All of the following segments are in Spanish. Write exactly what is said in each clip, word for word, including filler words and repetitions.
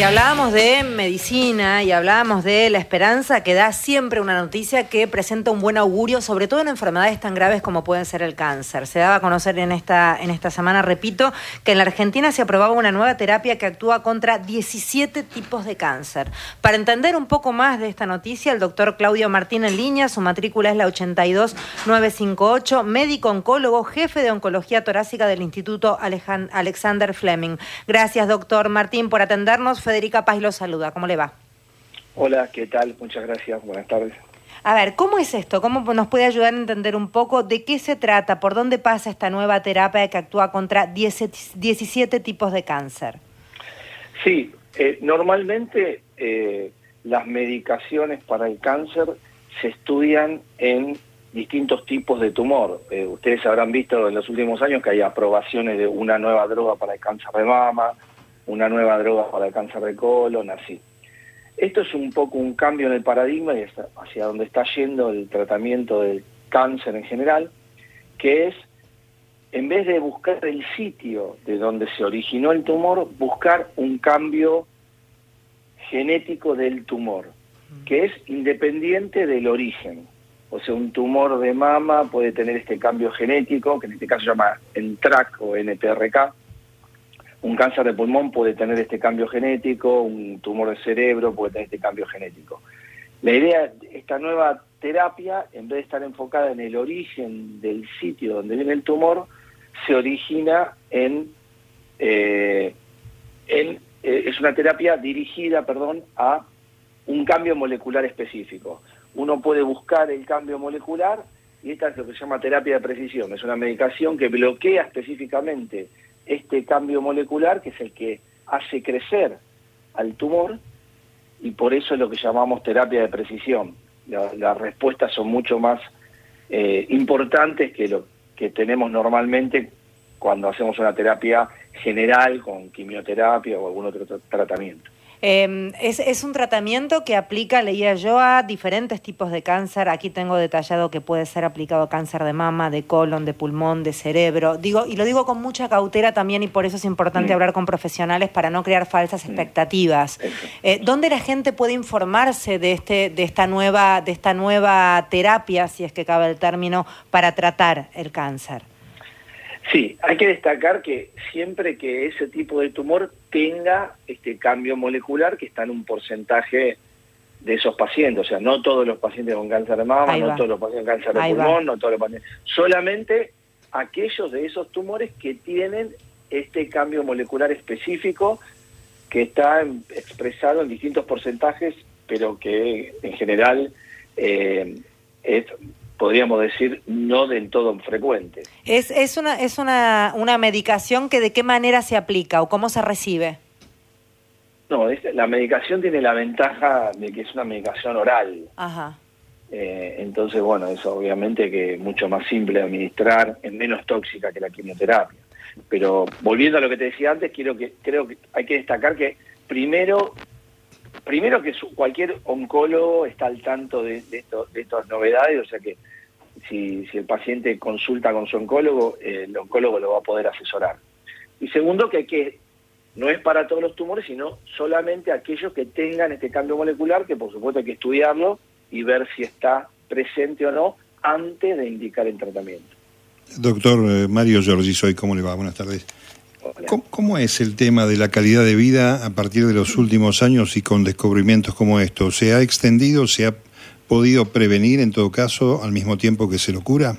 hablábamos de medicina y hablábamos de la esperanza que da siempre una noticia que presenta un buen augurio, sobre todo en enfermedades tan graves como pueden ser el cáncer. Se daba a conocer en esta, en esta semana, repito, que en la Argentina se aprobaba una nueva terapia que actúa contra diecisiete tipos de cáncer. Para entender un poco más de esta noticia, el doctor Claudio Martín en línea, su matrícula es la ochenta y dos nueve cincuenta y ocho, médico oncólogo, jefe de oncología torácica del Instituto Alexander Fleming. Gracias, doctor Martín, por atendernos. Federica Paz lo saluda. ¿Cómo le va? Hola, ¿qué tal? Muchas gracias. Buenas tardes. A ver, ¿cómo es esto? ¿Cómo nos puede ayudar a entender un poco de qué se trata? ¿Por dónde pasa esta nueva terapia que actúa contra diecisiete tipos de cáncer? Sí, eh, normalmente eh, las medicaciones para el cáncer se estudian en distintos tipos de tumor. Eh, ustedes habrán visto en los últimos años que hay aprobaciones de una nueva droga para el cáncer de mama, una nueva droga para el cáncer de colon, así. Esto es un poco un cambio en el paradigma y hacia donde está yendo el tratamiento del cáncer en general, que es, en vez de buscar el sitio de donde se originó el tumor, buscar un cambio genético del tumor, que es independiente del origen. O sea, un tumor de mama puede tener este cambio genético, que en este caso se llama N T R A C o N T R K. Un cáncer de pulmón puede tener este cambio genético, un tumor de cerebro puede tener este cambio genético. La idea de esta nueva terapia, en vez de estar enfocada en el origen del sitio donde viene el tumor, se origina en... Eh, en eh, es una terapia dirigida, perdón, a un cambio molecular específico. Uno puede buscar el cambio molecular y esta es lo que se llama terapia de precisión. Es una medicación que bloquea específicamente este cambio molecular, que es el que hace crecer al tumor, y por eso es lo que llamamos terapia de precisión. La, las respuestas son mucho más eh, importantes que lo que tenemos normalmente cuando hacemos una terapia general con quimioterapia o algún otro tra tratamiento. Eh, es, es un tratamiento que aplica, leía yo, a diferentes tipos de cáncer. Aquí tengo detallado que puede ser aplicado a cáncer de mama, de colon, de pulmón, de cerebro. Digo, y lo digo con mucha cautela también, y por eso es importante mm. hablar con profesionales para no crear falsas mm. expectativas. Eh, ¿Dónde la gente puede informarse de este, de esta nueva, de esta nueva terapia, si es que cabe el término, para tratar el cáncer? Sí, hay que destacar que siempre que ese tipo de tumor tenga este cambio molecular que está en un porcentaje de esos pacientes, o sea, no todos los pacientes con cáncer de mama, no todos los pacientes con cáncer de pulmón, no todos los pacientes, solamente aquellos de esos tumores que tienen este cambio molecular específico que está en, expresado en distintos porcentajes, pero que en general eh, es... podríamos decir, no del todo frecuente. ¿Es, es, una, es una, una medicación que de qué manera se aplica o cómo se recibe? No, es, la medicación tiene la ventaja de que es una medicación oral. Ajá. Eh, entonces, bueno, es obviamente que es mucho más simple de administrar, es menos tóxica que la quimioterapia. Pero volviendo a lo que te decía antes, quiero que, creo que hay que destacar que primero... Primero que su, cualquier oncólogo está al tanto de, de, esto, de estas novedades, o sea que si, si el paciente consulta con su oncólogo, eh, el oncólogo lo va a poder asesorar. Y segundo, que, hay que no es para todos los tumores, sino solamente aquellos que tengan este cambio molecular, que por supuesto hay que estudiarlo y ver si está presente o no antes de indicar el tratamiento. Doctor eh, Mario Giorgi, soy, ¿cómo le va? Buenas tardes. ¿Cómo, ¿Cómo es el tema de la calidad de vida a partir de los últimos años y con descubrimientos como estos? ¿Se ha extendido, se ha podido prevenir en todo caso al mismo tiempo que se lo cura?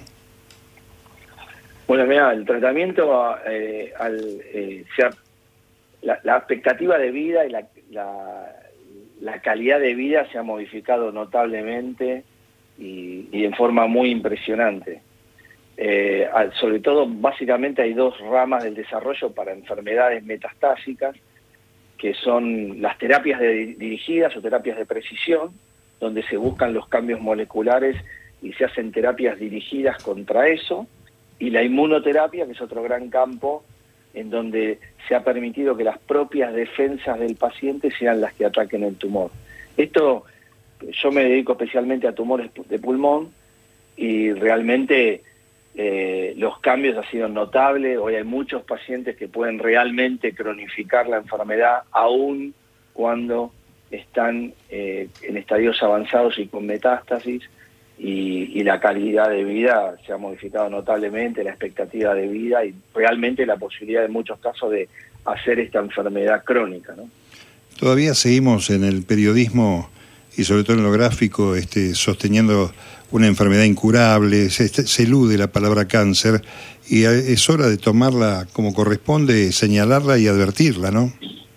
Bueno, mira, el tratamiento, eh, al, eh, se ha, la, la expectativa de vida y la, la, la calidad de vida se ha modificado notablemente y, y en forma muy impresionante. Eh, sobre todo, básicamente hay dos ramas del desarrollo para enfermedades metastásicas, que son las terapias de, dirigidas o terapias de precisión, donde se buscan los cambios moleculares y se hacen terapias dirigidas contra eso, y la inmunoterapia, que es otro gran campo, en donde se ha permitido que las propias defensas del paciente sean las que ataquen el tumor. Esto, yo me dedico especialmente a tumores de pulmón, y realmente... Eh, los cambios han sido notables. Hoy hay muchos pacientes que pueden realmente cronificar la enfermedad aún cuando están eh, en estadios avanzados y con metástasis, y, y la calidad de vida se ha modificado notablemente, la expectativa de vida y realmente la posibilidad en muchos casos de hacer esta enfermedad crónica, ¿no? Todavía seguimos en el periodismo y sobre todo en lo gráfico este, sosteniendo una enfermedad incurable, se, se elude la palabra cáncer y es hora de tomarla como corresponde, señalarla y advertirla, ¿no?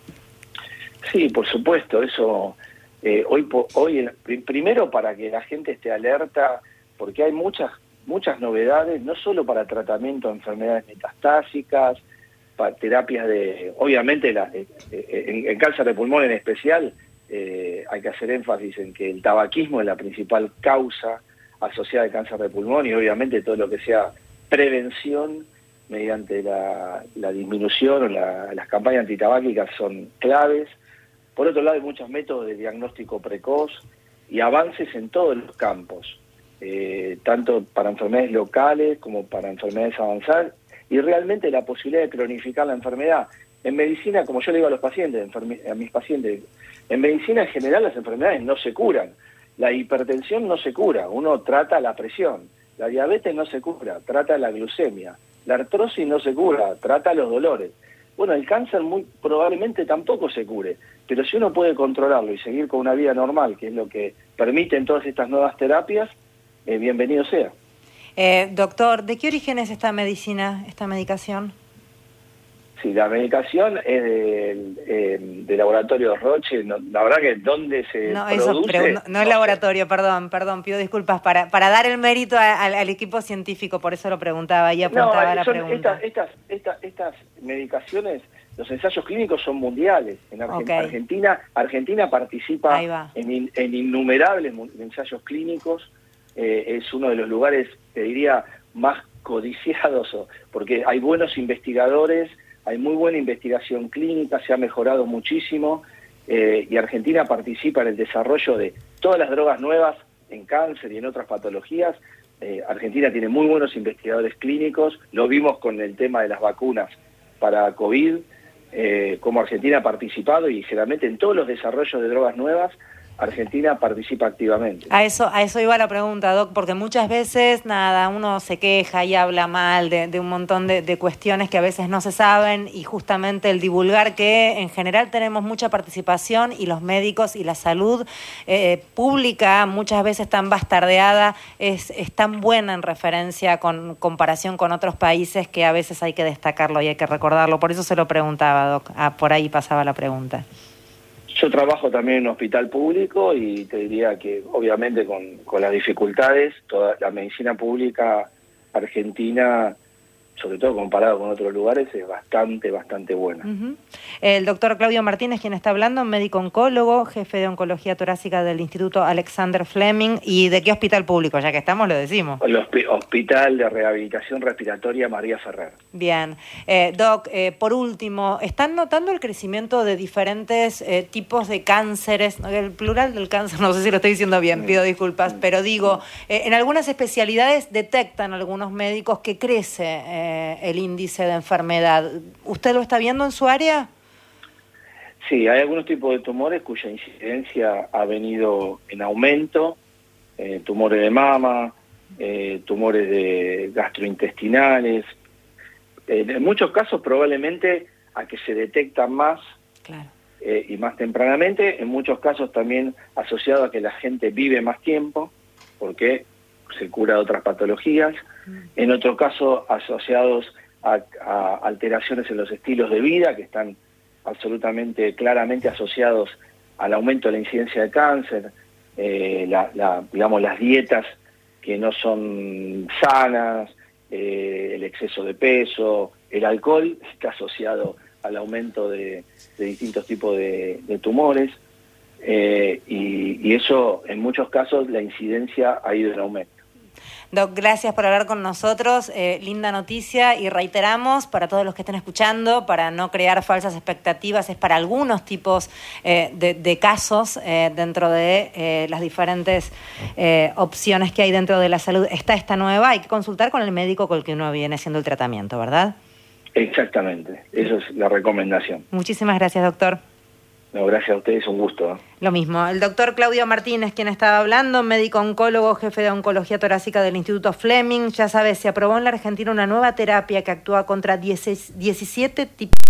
Sí, por supuesto, eso eh, hoy hoy primero para que la gente esté alerta, porque hay muchas muchas novedades, no solo para tratamiento de enfermedades metastásicas, para terapias de, obviamente la, eh, en, en cáncer de pulmón en especial, eh, hay que hacer énfasis en que el tabaquismo es la principal causa asociada al cáncer de pulmón y obviamente todo lo que sea prevención mediante la, la disminución o la, las campañas antitabáquicas son claves. Por otro lado, hay muchos métodos de diagnóstico precoz y avances en todos los campos, eh, tanto para enfermedades locales como para enfermedades avanzadas, y realmente la posibilidad de cronificar la enfermedad. En medicina, como yo le digo a los pacientes, a mis pacientes, en medicina en general las enfermedades no se curan. La hipertensión no se cura, uno trata la presión. La diabetes no se cura, trata la glucemia. La artrosis no se cura, trata los dolores. Bueno, el cáncer muy probablemente tampoco se cure, pero si uno puede controlarlo y seguir con una vida normal, que es lo que permiten todas estas nuevas terapias, eh, bienvenido sea. Eh, doctor, ¿de qué origen es esta medicina, esta medicación? Sí, la medicación es del eh, de laboratorio Roche. No, la verdad que dónde se no, produce... Eso, pero no, no es laboratorio, perdón, perdón, pido disculpas, para para dar el mérito a, a, al equipo científico, por eso lo preguntaba y apuntaba no, la son pregunta. Estas, estas, estas, estas medicaciones, los ensayos clínicos son mundiales. En Argen okay. Argentina Argentina participa en, en innumerables ensayos clínicos. Eh, es uno de los lugares, te diría, más codiciados, porque hay buenos investigadores, hay muy buena investigación clínica, se ha mejorado muchísimo, eh, y Argentina participa en el desarrollo de todas las drogas nuevas en cáncer y en otras patologías. Eh, Argentina tiene muy buenos investigadores clínicos, lo vimos con el tema de las vacunas para COVID, eh, como Argentina ha participado, y generalmente en todos los desarrollos de drogas nuevas, Argentina participa activamente. A eso, a eso iba la pregunta, Doc, porque muchas veces, nada, uno se queja y habla mal de, de un montón de, de cuestiones que a veces no se saben, y justamente el divulgar que en general tenemos mucha participación y los médicos y la salud eh, pública muchas veces tan bastardeada es, es tan buena en referencia con comparación con otros países que a veces hay que destacarlo y hay que recordarlo. Por eso se lo preguntaba, Doc. Ah, por ahí pasaba la pregunta. Yo trabajo también en un hospital público y te diría que obviamente con, con las dificultades, toda la medicina pública argentina, sobre todo comparado con otros lugares, es bastante, bastante buena. Uh-huh. El doctor Claudio Martínez, quien está hablando, médico oncólogo, jefe de oncología torácica del Instituto Alexander Fleming. ¿Y de qué hospital público? Ya que estamos, lo decimos. El Hospital de Rehabilitación Respiratoria María Ferrer. Bien. Eh, Doc, eh, por último, ¿están notando el crecimiento de diferentes eh, tipos de cánceres? El plural del cáncer, no sé si lo estoy diciendo bien, pido disculpas, pero digo, eh, en algunas especialidades detectan algunos médicos que crece eh, el índice de enfermedad. ¿Usted lo está viendo en su área? Sí, hay algunos tipos de tumores cuya incidencia ha venido en aumento, eh, tumores de mama, eh, tumores de gastrointestinales. Eh, en muchos casos probablemente a que se detectan más, claro. eh, y más tempranamente, en muchos casos también asociado a que la gente vive más tiempo, porque se cura de otras patologías, en otro caso asociados a, a alteraciones en los estilos de vida que están absolutamente claramente asociados al aumento de la incidencia de cáncer, eh, la, la, digamos las dietas que no son sanas, eh, el exceso de peso, el alcohol está asociado al aumento de, de distintos tipos de, de tumores, eh, y, y eso en muchos casos la incidencia ha ido en aumento. Doc, gracias por hablar con nosotros, eh, linda noticia, y reiteramos para todos los que estén escuchando, para no crear falsas expectativas, es para algunos tipos eh, de, de casos eh, dentro de eh, las diferentes eh, opciones que hay dentro de la salud. Está esta nueva, hay que consultar con el médico con el que uno viene haciendo el tratamiento, ¿verdad? Exactamente, esa es la recomendación. Muchísimas gracias, doctor. No, gracias a ustedes, un gusto. ¿eh? Lo mismo. El doctor Claudio Martínez, quien estaba hablando, médico oncólogo, jefe de oncología torácica del Instituto Fleming. Ya sabes, se aprobó en la Argentina una nueva terapia que actúa contra diecisiete tipos